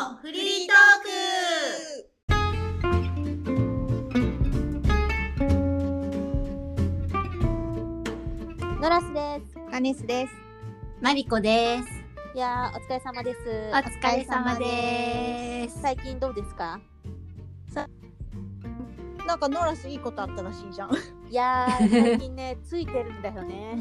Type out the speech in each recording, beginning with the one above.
のフリートーク。ノラスです。 アニスです。 マリコです。 いやー、お疲れ様です。 お疲れ様です。 最近どうですか？ なんかノラスいいことあったらしいじゃん。 いやー、最近ねついてるんだよね。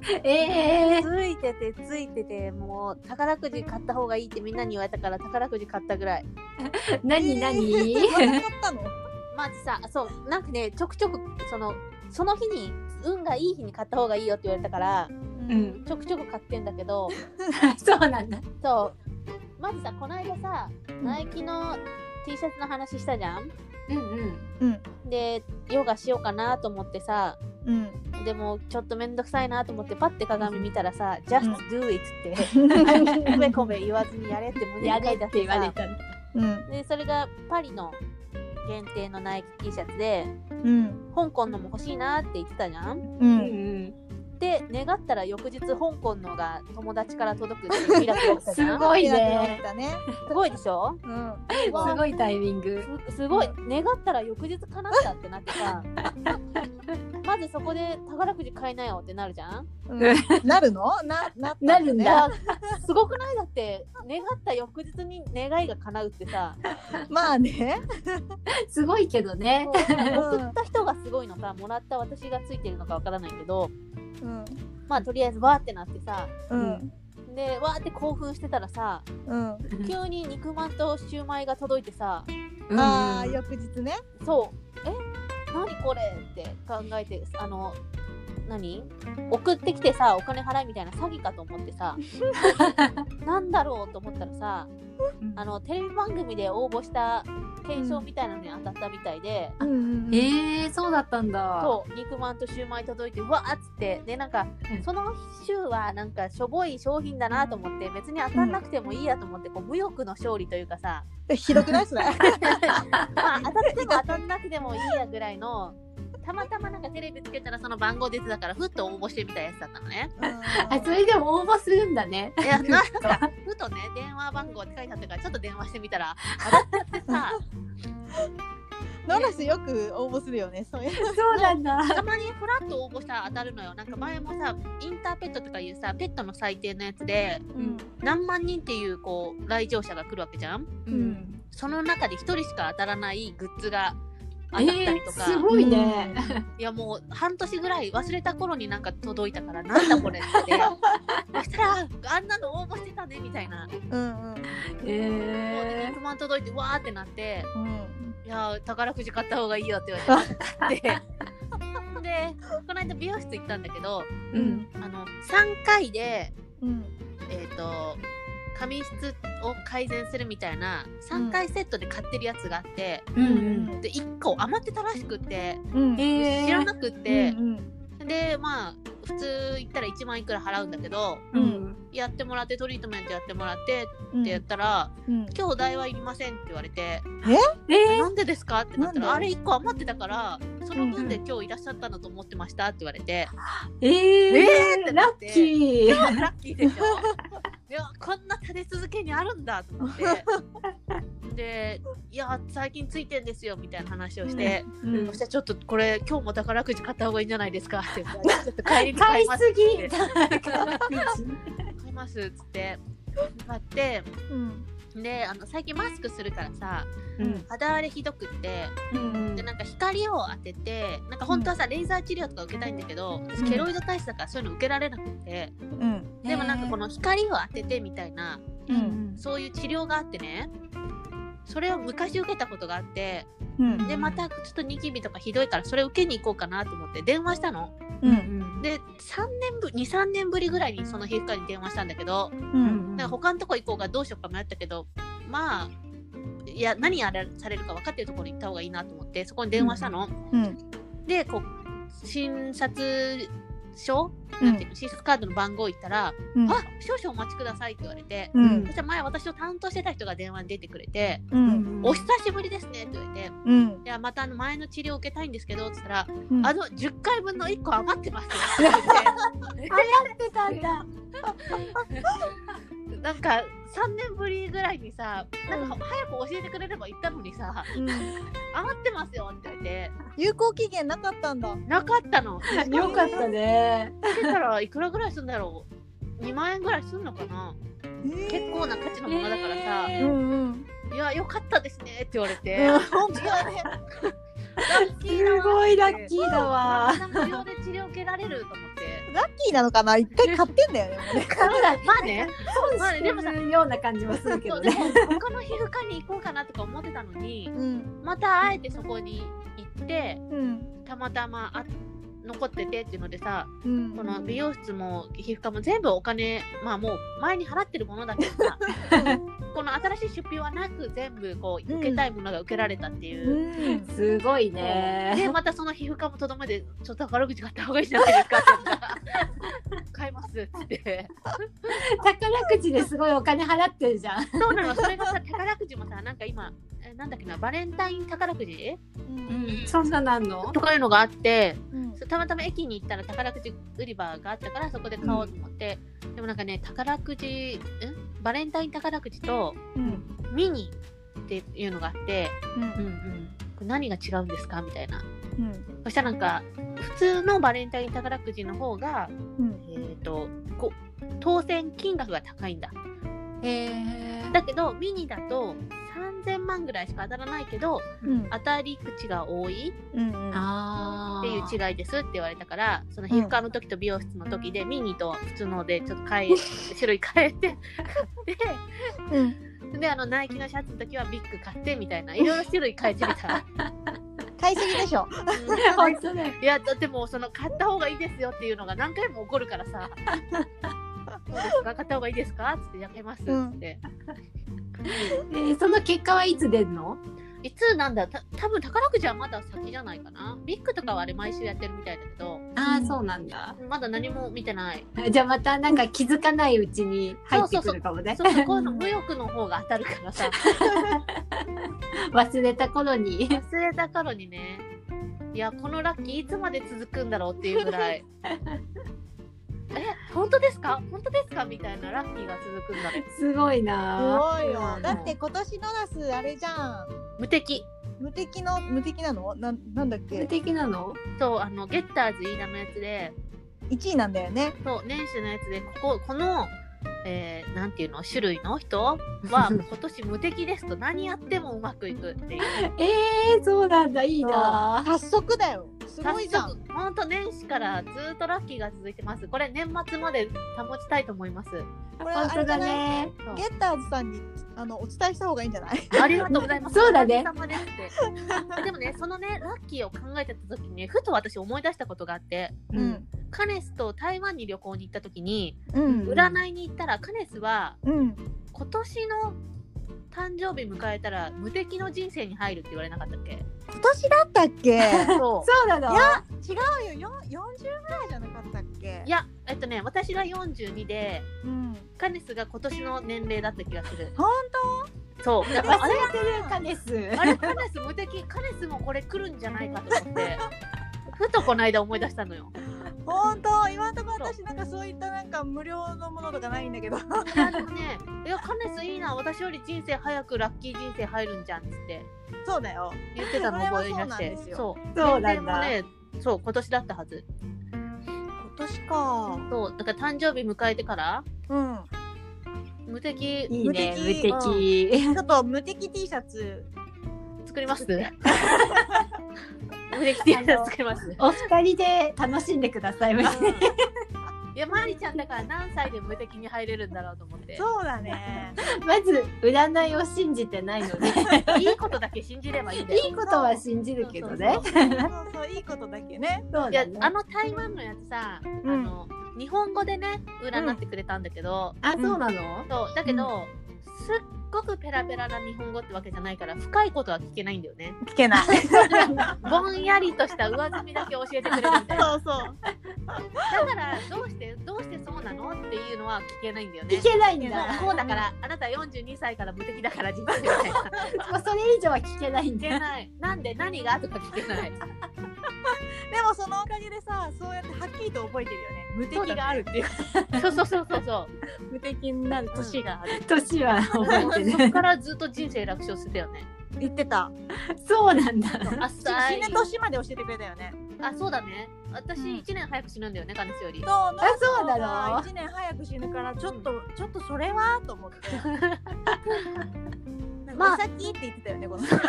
ついててもう宝くじ買った方がいいってみんなに言われたから宝くじ買ったぐらい。 何また買ったの？ まずさ、そうなんかねちょくちょくその日に運がいい日に買った方がいいよって言われたから、ちょくちょく買ってんだけどそうなんだ。 そうまずさ、この間さ、ナイキの T シャツの話したじゃん。でヨガしようかなと思ってさ、でもちょっとめんどくさいなと思ってパッて鏡見たらさ、Just do it って米米言わずにやれって胸に書いてあってさ、でそれがパリの限定のナイキ T シャツで、香港のも欲しいなって言ってたじゃん。で願ったら翌日香港のが友達から届くっていうミラクルだったじゃん。 すごいね。 すごいでしょ？ すごいタイミング。 すごい、願ったら翌日叶ったってなってさまずそこで宝くじ買いなよってなるじゃん。 なるの？ なるんだ。 すごくない？だって願った翌日に願いが叶うってさまあねすごいけどね。 送った人がすごいのか、もらった私がついてるのかわからないけど、まあとりあえずわーってなってさ、でわーって興奮してたらさ、急に肉まんとシューマイが届いてさ、 翌日ね。 そう何これって考えて、送ってきてさお金払いみたいな詐欺かと思ってさなんだろうと思ったらさ、テレビ番組で応募した検証みたいなのに当たったみたいで、 そうだったんだ。 そう肉まんとシューマイ届いてうわーっつって、でなんかその週はなんかしょぼい商品だなと思って、別に当たんなくてもいいやと思って、こう無欲の勝利というかさ、 ひどくないそれまあ当たっても当たんなくてもいいやぐらいの、たまたまなんかテレビつけたらその番号出てたからふっと応募してみたやつだったのね。 それでも応募するんだね。 いやなんかふとね電話番号って書いてあったからちょっと電話してみたら当たっちゃってさノラスよく応募するよね。そうなんだ。 たまにフラッと応募したら当たるのよ。なんか前もさインターペットとかいうさペットの祭典のやつで、何万人っていうこう来場者が来るわけじゃん。その中で1人しか当たらないグッズが当たったりとか、 すごいね。 いやもう半年ぐらい忘れた頃になんか届いたからなんだこれってそしたらあんなの応募してたねみたいな。もうで肉まん届いてわーってなって、いや宝くじ買った方がいいよって言われてでこの間美容室行ったんだけど、3回で髪質を改善するみたいな3回セットで買ってるやつがあって、で1個余ってたらしくって、知らなくって、でまあ普通行ったら1万いくら払うんだけど、やってもらってトリートメントやってもらってってやったら、今日代はいりませんって言われて、なんでですかってなったら、あれ1個余ってたからその分で今日いらっしゃったのと思ってましたって言われて、ってなって、 ラッキーラッキーでしょいやこんな立て続けにあるんだと思ってでいや最近ついてんですよみたいな話をして、そしたらちょっとこれ今日も宝くじ買った方がいいんじゃないですかって言ってちょっと帰りに買いますって買いますっつって買って、で最近マスクするからさ、肌荒れひどくって、でなんか光を当てて、なんか本当はさレーザー治療とか受けたいんだけど、私ケロイド体質だからそういうの受けられなくて、でもなんかこの光を当ててみたいな、そういう治療があってね、それを昔受けたことがあって、でまたちょっとニキビとかひどいからそれ受けに行こうかなと思って電話したの。で2,3年ぶりぐらいにその皮膚科に電話したんだけど、なんか他のとこ行こうかどうしようか迷ったけど、まあいや何やらされるか分かってるところに行った方がいいなと思ってそこに電話したの。でこう診察書なんていうの、診察カードの番号言ったら、少々お待ちくださいって言われて、そしたら前私を担当してた人が電話に出てくれて、お久しぶりですねって言われて、いやまた前の治療を受けたいんですけどって言ったら、10回分の1個余ってますって言って余ってたんだなんか3年ぶりぐらいにさ、なんか早く教えてくれれば言ったのにさ、余ってますよって言って有効期限なかったんだ。 なかったの。 よかったね。 つけたらいくらぐらいするんだろう。2万円ぐらいするのかな。結構な価値のものだからさ、いやよかったですねって言われて、 本当だね。 すごいラッキーだわ。 無料で治療受けられると思って。 ラッキーなのかな、一回買ってんだよね。もうねそうだね。 まあね、 損してるような感じもするけどね。 他の皮膚科に行こうかなとか思ってたのに、 うんまたあえてそこに行ってうんたまたま残っててっていうのでさ、 うんこの美容室も皮膚科も全部お金、まあもう前に払ってるものだけどさこの新しい出費はなく全部こう受けたいものが受けられたっていう、 すごいでね。 またその皮膚科もとどめでちょっと宝くじ買った方がいいんじゃないですかって言ったら買いますって宝くじですごいお金払ってるじゃん。 そうなの。それがさ、宝くじもさ、なんか今なんだっけな、バレンタイン宝くじそんななんの？ とかいうのがあって、 うんたまたま駅に行ったら宝くじ売り場があったからそこで買おうと思って、でもなんかね、宝くじバレンタイン宝くじとうんミニっていうのがあって、 うんこれ何が違うんですかみたいな。 うんそしたらなんか普通のバレンタイン宝くじの方が、 うん当選金額が高いんだ。だけどミニだと3000万ぐらいしか当たらないけど、 うん当たり口が多いうんあっていう違いですって言われたから、その皮膚科の時と美容室の時で、ミニと普通のでちょっと種類変えて買ってうんでナイキのシャツの時はビッグ買ってみたいな、いろいろ種類変えてみた買いすぎでしょ。 本当ね。 いやだってもうその買った方がいいですよっていうのが何回も起こるからさどうですか買った方がいいですかつって、やめますっつって、 その結果はいつ出るの？ いつなんだ、多分宝くじはまだ先じゃないかな。ビッグとかはあれ毎週やってるみたいだけど、 ああ、そうなんだ。 まだ何も見てない。 じゃあまたなんか気づかないうちに入ってくるかもね。 そうそう、こういうの無欲の方が当たるからさ忘れた頃に。 忘れた頃にね、いやこのラッキーいつまで続くんだろうっていうぐらい本当ですか本当ですかみたいなラッキーが続くんだね。 すごいすな。 ごいよ。だって今年のナスあれじゃん。 無敵。 無敵なの？なんだっ無け？ 敵なの？ そうゲッターズ飯田のやつで、 1位なんだよね。 そう年始のやつでこのなんていうの種類の人は今年無敵ですと、何やってもうまくいくっていうそうなんだ、いいな。 早速だよ。すごいじゃん。 ほんと年始からずっとラッキーが続いてます。これ年末まで保ちたいと思います。 これ本当だね。 そうゲッターズさんにお伝えした方がいいんじゃない？ ありがとうございます。 そうだねお疲れ様ですってでもね、そのねラッキーを考えてた時に、ふと私思い出したことがあって、 うんカネスと台湾に旅行に行った時に、 うん占いに行ったらカネスはうん。 今年の誕生日迎えたら無敵の人生に入るって言われなかったっけ？ 今年だったっけ？ そそうなの？ いや違うよ。40ぐらいじゃなかったっけ？ う。いや私が42でうん。 カネスが今年の年齢だった気がする。 本そう。だか忘らあれれてるカネス。 あれカネス無敵、カネスもこれ来るんじゃないかと思ってふとこの間思い出したのよ。 本当今んとこ私なんかそういったなんか無料のものとかないんだけど。 いやでもね、いやカネスいいな、私より人生早くラッキー人生入るんじゃんっつってそうだよ。 言ってたの覚え出して、 それはそうなんですよそうそうなんだ年齢もね、そう今年だったはず。 今年か。 そうだから誕生日迎えてからうん。 無敵いいね、無無敵敵。 ちょっと無敵 T シャツ。 作ります無敵 T シャツ作りますお二人で楽しんでください。 いやまりちゃんだから何歳で無敵に入れるんだろうと思ってそうだね。 まず占いを信じてないので、 いいことだけ信じればいいんだよ。 いいことは信じるけどね。 そうそういいことだけね。 いやそうだね。 台湾のやつさ、 ん日本語でね占ってくれたんだけど、 あ、そうなの？ そうだけど、すっごくペラペラな日本語ってわけじゃないから深いことは聞けないんだよね。 聞けない。 ぼんやりとした上積みだけ教えてくれるみたいな。 そうそう。 だからどうしてそうなのっていうのは聞けないんだよね。 聞けないんだ。 こうだからあなた42歳から無敵だから実はみたいな。 もうそれ以上は聞けないんだ。 聞けない。なんで何がとか聞けない。 でもそのおかげでさ、そうやってはっきりと覚えてるよね。無敵があるっていう。 そう無敵になる年がある。 年は覚えてそっからずっと人生楽勝してたよね。 言ってた。 そうなんだ。 浅い死ぬ年まで教えてくれたよね。 あ、そうだね。私1年早く死ぬんだよね、カネスより。 そう、 そうなの 1年早く死ぬからちょっとそれはと思って。まあ、先って言ってたよね、この。私、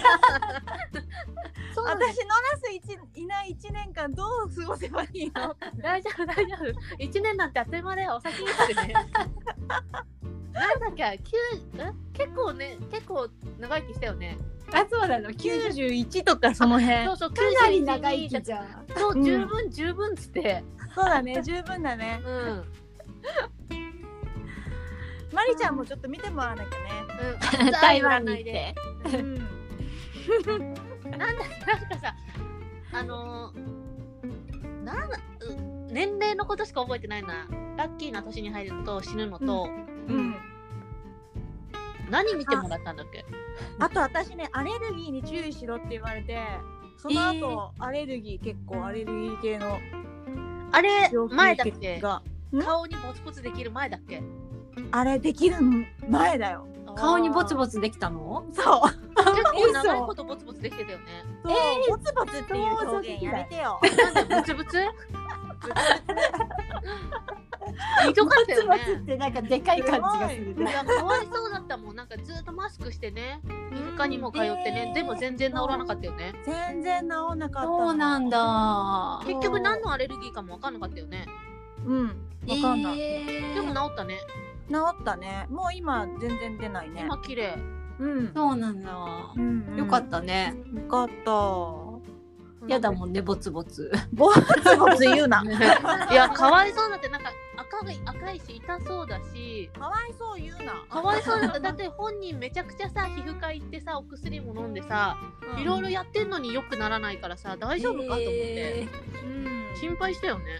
ノラスいない1年間どう過ごせばいいの？ 大丈夫。1年なんてあっという間だよ、お先にってね。なんだっけ、結構長生きしたよね。 あ、そうなの。 91とかその辺。 そう、 かなり長生きじゃん。 そう、十分っつって。 そうだね、十分だね。マリちゃんもちょっと見てもらわなきゃね。 台湾に行って。 なんかさ、年齢のことしか覚えてないな。ラッキーな年に入ると死ぬのと、何見てもらったんだっけ？ あと私ね、アレルギーに注意しろって言われて、その後、アレルギー結構アレルギー系のあれ前だっけ？ が顔にボツボツできる前だっけ？ あれできる前だよ。 顔にボツボツできたの？ そう。 結構長いことボツボツできてたよね。 ボツボツっていう表現やめてよ。 なんでブツブツ？ひどかったよね。 ボツボツってなんかでかい感じがする。 いや、かわいそうだったもん。なんかずっとマスクしてね、皮膚科にも通ってね、でも全然治らなかったよね。 全然治んなかった。 そうなんだ。 結局何のアレルギーかも分かんなかったよね。 わかんない。 でも治ったね。 治ったね。もう今全然出ないね。 今綺麗。 そうなんだ。よかったね。 よかった。 やだもんね、ボツボツ。 ボツボツ言うな。 いや、かわいそうだって、なんか赤いし痛そうだし。 かわいそう言うな。 かわいそうだった。だって本人めちゃくちゃさ、皮膚科行ってさ、お薬も飲んでさ、いろいろやってんのに良くならないからさ、大丈夫かと思って、心配したよね。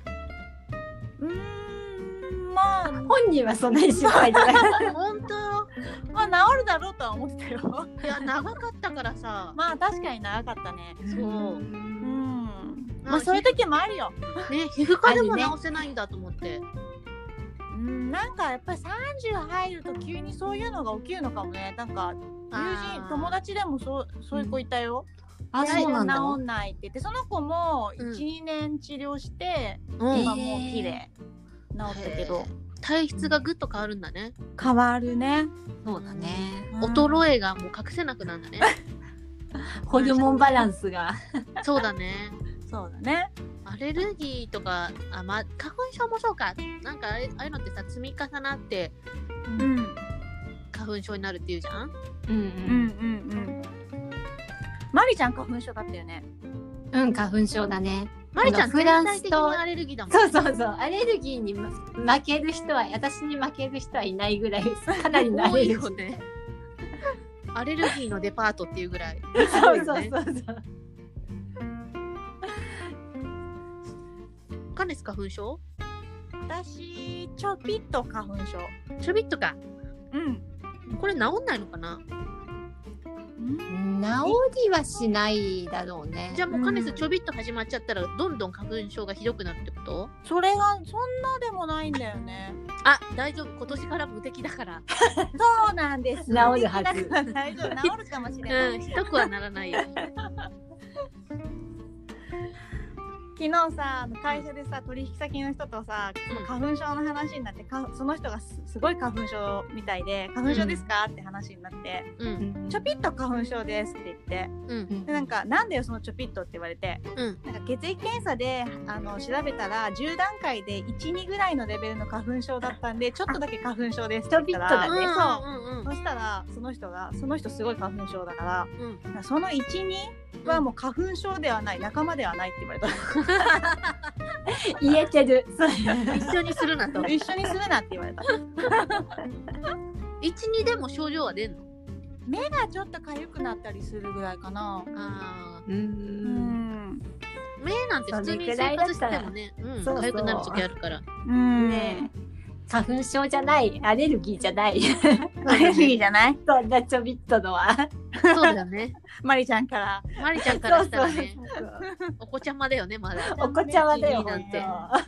まあ本人はそんなに心配じゃない。 本当。 まあ治るだろうとは思ってたよ。 いや、長かったからさ。 まあ確かに長かったね。 そう。 まあそういう時もあるよ。 ね、皮膚科でも治せないんだと思って。 なんかやっぱり30入ると急にそういうのが起きるのかもね。なんか友達でもそういう子いたよ。 あ、そうなんだ。 治んないって言って、その子も1、2年治療して今もう綺麗治ったけど、 体質がぐっと変わるんだね。 変わるね。 そうだね。 衰えがもう隠せなくなるんだね。 ホルモンバランスが。 そうだね。 そうだね。 アレルギーとか、花粉症もそうか。なんかああいうのってさ、積み重なって花粉症になるっていうじゃん。 マリちゃん花粉症だったよね。 花粉症だね。 マリちゃんフランス的にアレルギーだもん。 そうアレルギーに負ける人は、私に負ける人はいないぐらいかなりのアレルギーね。アレルギーのデパートっていうぐらい。 そう。 カネス花粉症？ 私ちょびっと花粉症。 ちょびっとか。これ治んないのかな？ 治りはしないだろうね。 じゃあもうカネスちょびっと始まっちゃったらどんどん花粉症がひどくなるってこと？ それがそんなでもないんだよね。 あ、大丈夫、今年から無敵だから。 そうなんです。 治るはず。 大丈夫、治るかもしれない。 ひどくはならないよ。 昨日さ、会社でさ、取引先の人とさ、花粉症の話になって、その人がすごい花粉症みたいで、花粉症ですかって話になって、ちょぴっと花粉症ですって言って、でなんでよそのちょぴっとって言われて、なんか血液検査で調べたら10段階で1、2ぐらいのレベルの花粉症だったんで、ちょっとだけ花粉症ですって言ったら、そしたらその人すごい花粉症だから、その1、2はもう花粉症ではない、仲間ではないって言われた。 言えてる。 一緒にするなと。 一緒にするなって言われた。 1、2でも症状は出んの？ 目がちょっと痒くなったりするぐらいかな。 目なんて普通に生活しててもね、痒くなる時あるから。 花粉症じゃない、アレルギーじゃない。 アレルギーじゃない？ そんなちょびっとのは。 そうだよね。 マリちゃんから。 マリちゃんからしたらね、 そうそうお子ちゃまだよね、まだ。 お子ちゃまだよ、 なんて。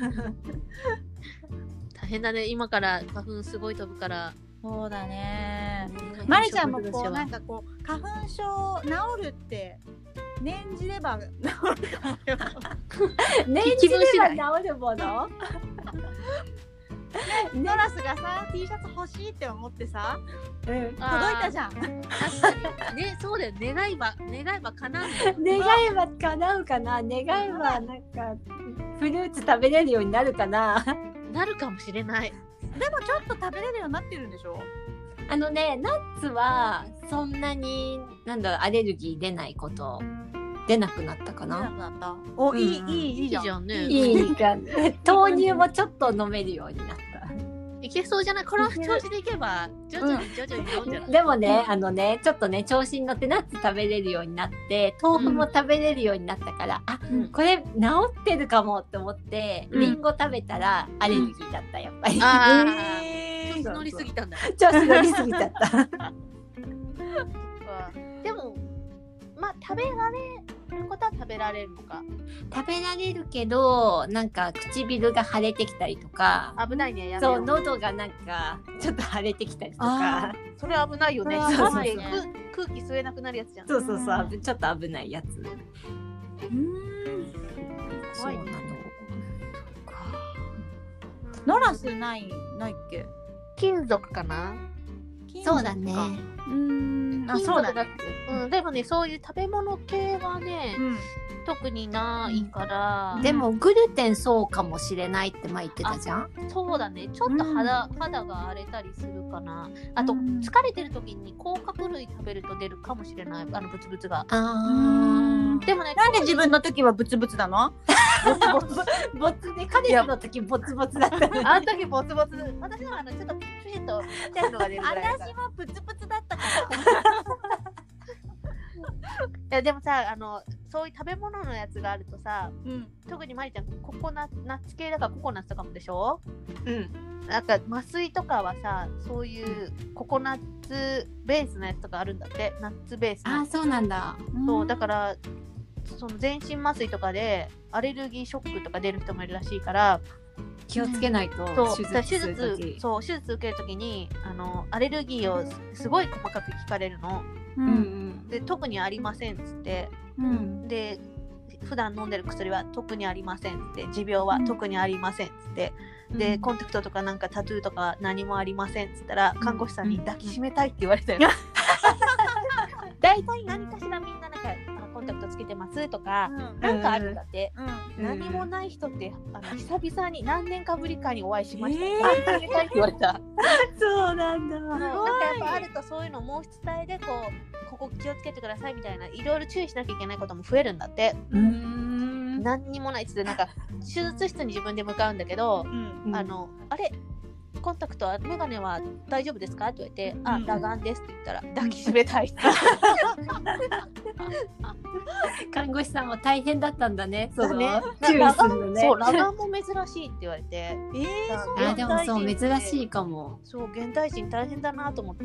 大変だね、今から花粉すごい飛ぶから。 そうだね。マリちゃんもこうなんかこう花粉症治るって念じれば治るかもよ。 念じれば治るもの？ ノラスがさ T シャツ欲しいって思ってさ、届いたじゃん。 確かにね、そうだよ。願えば叶う。 願えば叶うかな。願えばなんかフルーツ食べれるようになるかな。 なるかもしれない。 でもちょっと食べれるようになってるんでしょ？ ナッツはそんなにアレルギー出なくなったかな。 出なくなった。お、いいじゃんね。 いいか。豆乳もちょっと飲めるようになった。 いけそうじゃない？この調子でいけば徐々に飲んじゃう。 でもね、ちょっとね調子に乗ってナッツ食べれるようになって、豆腐も食べれるようになったから、これ治ってるかもって思って、リンゴ食べたらアレルギーだった、やっぱり。 調子乗りすぎたんだ。 調子乗りすぎちゃった。 でもまあ食べられることは食べられるのか。 食べられるけどなんか唇が腫れてきたりとか。 危ないね。 そう、喉がなんかちょっと腫れてきたりとか。 それ危ないよね。 そう空気吸えなくなるやつじゃん。 そうちょっと危ないやつ。 怖いね。 ノラスないっけ？ 金属かな。 そうだね。 そうだね。 でもね、そういう食べ物系はね、特にないから。 でもグルテンそうかもしれないって前言ってたじゃん。 そうだね。ちょっと肌が荒れたりするかな。あと疲れてる時に甲殻類食べると出るかもしれない。ブツブツが。でもね、 なんで自分の時はブツブツなの？ ボツで、カネスの時ボツボツだった。 あの時ボツボツ。私はちょっとピシッとちっちゃいのが出るぐらい。 私もブツブツだったから。 いやでもさ、そういう食べ物のやつがあるとさ、特にマリちゃんナッツ系だからココナッツとかもでしょ？なんか麻酔とかはさ、そういうココナッツベースのやつとかあるんだって。ナッツベースの。 あ、そうなんだ。 そうだからその全身麻酔とかでアレルギーショックとか出る人もいるらしいから気をつけないと。 手術受けるときにアレルギーをすごい細かく聞かれるの。で特にありませんっつって、で普段飲んでる薬は特にありませんっつって、持病は特にありませんっつって、でコンタクトとかなんかタトゥーとか何もありませんっつったら、看護師さんに抱きしめたいって言われたよ。大体何かしらみんななんかコンタクトつけてますとか、なんかあるんだって。何もない人って久々に何年かぶりかにお会いしました。抱きしめたいって言われた。 そうなんだ。 なんかやっぱあるとそういうのもう一伝えでここ気をつけてくださいみたいな、いろいろ注意しなきゃいけないことも増えるんだって。何にもないっつって、なんか手術室に自分で向かうんだけど、あれコンタクトはメガネは大丈夫ですかって言われて、裸眼ですって言ったら抱きしめたいって。 看護師さんも大変だったんだね。そうね。 注意するのね。 そう、裸眼も珍しいって言われて。 でもそう珍しいかも。 そう、現代人大変だなと思って。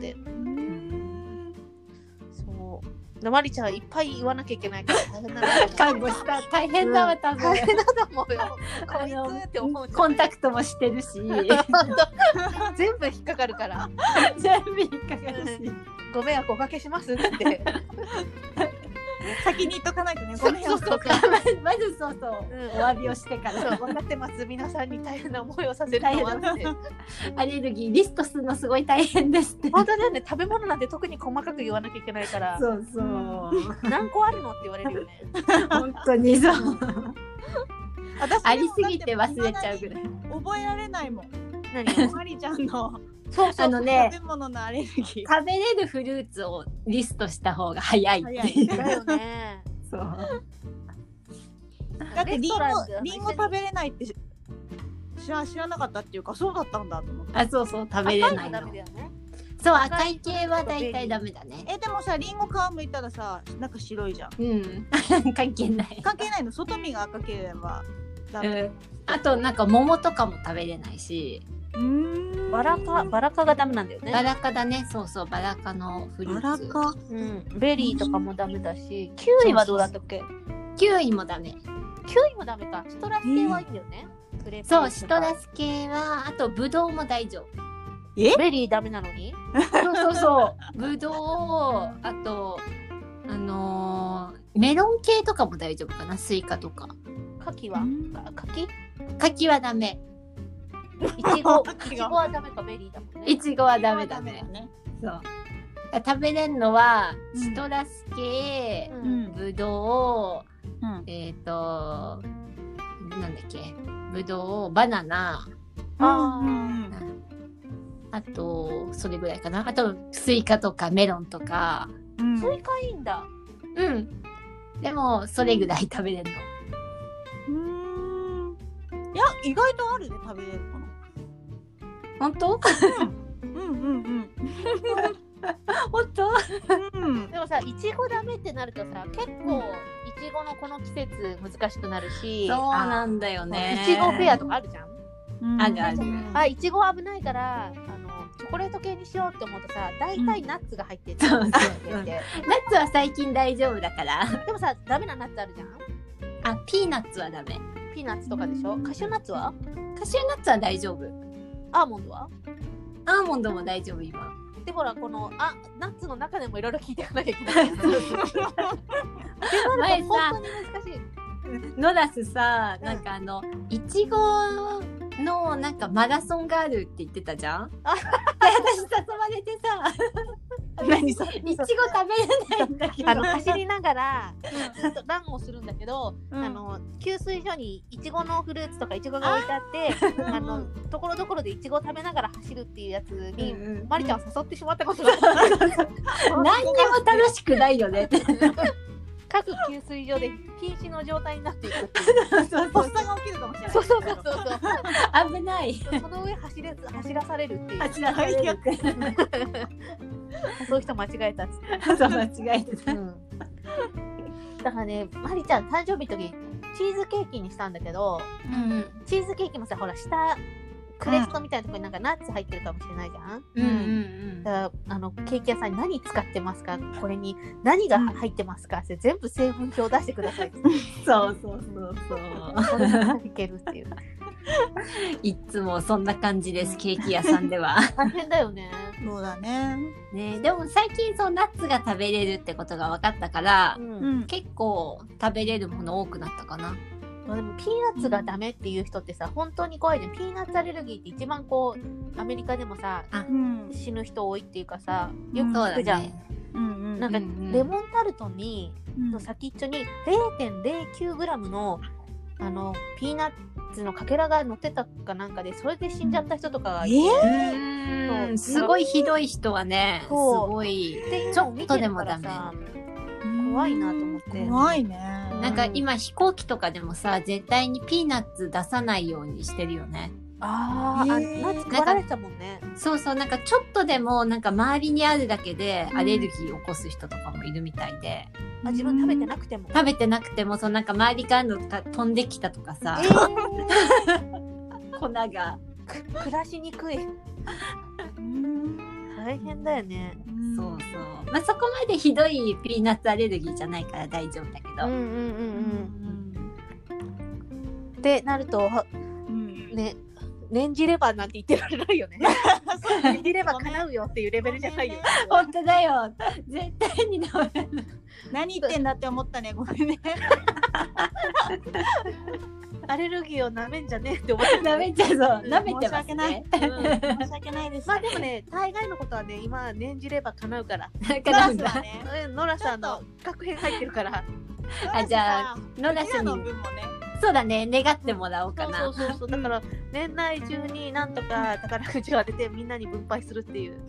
マリちゃんいっぱい言わなきゃいけないから大変だな。 看護師さん大変だわ、多分。 大変だと思うよ。こいつって思う。 コンタクトもしてるし。 全部引っかかるから。 全部引っかかるし。 ご迷惑おかけしますって。 先に言っとかないとね。ごめんなさい。 まずお詫びをしてから。 分かってます。皆さんに大変な思いをさせるのはって。 アレルギーリストするのすごい大変ですって。 本当だよね。食べ物なんて特に細かく言わなきゃいけないから。 そうそう。 何個あるのって言われるよね。 本当にそう。ありすぎて忘れちゃうぐらい。 覚えられないもん。 何？ マリちゃんの。 食べ物のアレルギー。 食べれるフルーツをリストした方が早いっていう。 だよね。 そう。 だってリンゴ食べれないって知らなかったっていうか、そうだったんだと思って。 そう食べれないの。そう、赤い系はだいたいダメだね。 でもさ、リンゴ皮むいたらさ、なんか白いじゃん。 関係ない。 関係ないの。外身が赤ければダメ。 あとなんか桃とかも食べれないし。 バラ科がダメなんだよね。 バラ科だね。そうそう、バラ科のフルーツ。 バラ科。 ベリーとかもダメだし、キウイはどうだったっけ？ キウイもダメ。 キウイもダメか。シトラス系はいいんだよね。 そう、シトラス系は、あとブドウも大丈夫。 ベリーダメなのに？ そうそう。ブドウ、あと、メロン系とかも大丈夫かな。スイカとか。 柿は？ 柿はダメ。 いちごはダメか、ベリーだもんね。 いちごはダメだね。そう。食べれるのは、シトラス系、ブドウ、なんだっけ、ブドウ、バナナ、あと、それぐらいかな。あと、スイカとかメロンとか。 スイカいいんだ。 でも、それぐらい食べれるの。 いや、意外とあるね、食べれるかな。 本当？本当？ でもさ、いちごダメってなるとさ、結構いちごのこの季節難しくなるし、 そうなんだよね。 いちごフェアとかあるじゃん。 あるある。 いちご危ないからチョコレート系にしようって思うとさ、大体ナッツが入ってる。 ナッツは最近大丈夫だから。 でもさ、ダメなナッツあるじゃん。 ピーナッツはダメ。 ピーナッツとかでしょ。カシューナッツは？ カシューナッツは大丈夫。 アーモンドは？ アーモンドも大丈夫今。 でほら、このナッツの中でもいろいろ聞いていかなきゃいけない。 前さ、 本当に難しい。 ノラスさ、なんかいちごのなんかマラソンがあるって言ってたじゃん。で、私誘われてさ、 何それ？ いちご食べれないんだけど、 走りながらずっとランをするんだけど、給水所にいちごのフルーツとかいちごが置いてあってところどころでいちごを食べながら走るっていうやつに、マリちゃんを誘ってしまったことがある。 何にも楽しくないよねって。 各給水所で瀕死の状態になっていくっていう。 発作が起きるかもしれない。 そう。 危ない。 その上走らされるっていう。 走らされる。 そういう人間違えたっつって。 そう、間違えてた。 だからね、マリちゃん誕生日の時チーズケーキにしたんだけど、チーズケーキもさ、ほら下クレストみたいなところになんかナッツ入ってるかもしれないじゃん。だからケーキ屋さんに何使ってますか、これに何が入ってますかって全部成分表出してくださいって。 そう。 これがいけるっていう。 いつもそんな感じです、ケーキ屋さんでは。 大変だよね。 そうだね。 でも最近ナッツが食べれるってことが分かったから、結構食べれるもの多くなったかな。 でもピーナッツがダメっていう人ってさ、本当に怖いね。ピーナッツアレルギーって一番こうアメリカでもさ、死ぬ人多いっていうかさ、よく聞くじゃん。なんかレモンタルトにの先っちょに 0.09g のピーナッツのかけらが乗ってたかなんかで、それで死んじゃった人とかがいて、 すごいひどい人はね、すごいちょっとでもダメ。 怖いなと思って。 怖いね。 なんか今飛行機とかでもさ、絶対にピーナッツ出さないようにしてるよね。 ナッツ配られたもんね。 そう、なんかちょっとでもなんか周りにあるだけでアレルギーを起こす人とかもいるみたいで。 自分食べてなくても。 食べてなくても、なんか周りからの飛んできたとかさ、粉が暮らしにくい。大変だよね。 そう。まあそこまでひどいピーナッツアレルギーじゃないから大丈夫だけど。 ってなると、ね、レンジレバーなんて言ってられないよね。レンジレバー叶うよっていうレベルじゃないよ。 本当だよ。絶対にダメ。 何言ってんだって思ったね。ごめんね。 アレルギーをなめんじゃねえって思って。 なめちゃそう。なめてますね。 申し訳ないです。 まあでもね、大概のことはね、今レンジレバー叶うから。ノラさんの確変入ってるから。 じゃあノラさんにそうだね、願ってもらおうかな。 そう。だから年内中になんとか宝くじを当ててみんなに分配するっていう。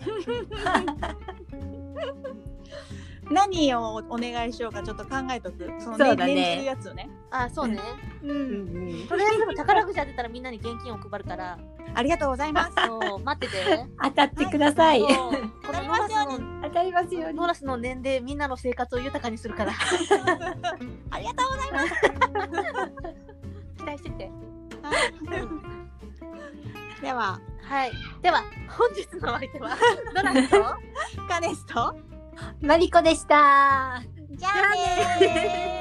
何をお願いしようかちょっと考えとく。 そうだね。 念じるやつをね。 そうね。とりあえず宝くじ当てたらみんなに現金を配るから。 ありがとうございます。 待ってて。 当たってください。 この当たりますように。 ノラスの年でみんなの生活を豊かにするから。 ありがとうございます。 期待してて。 では、 はい。では本日のお相手はドラスとカネスとマリコでした。 じゃあねー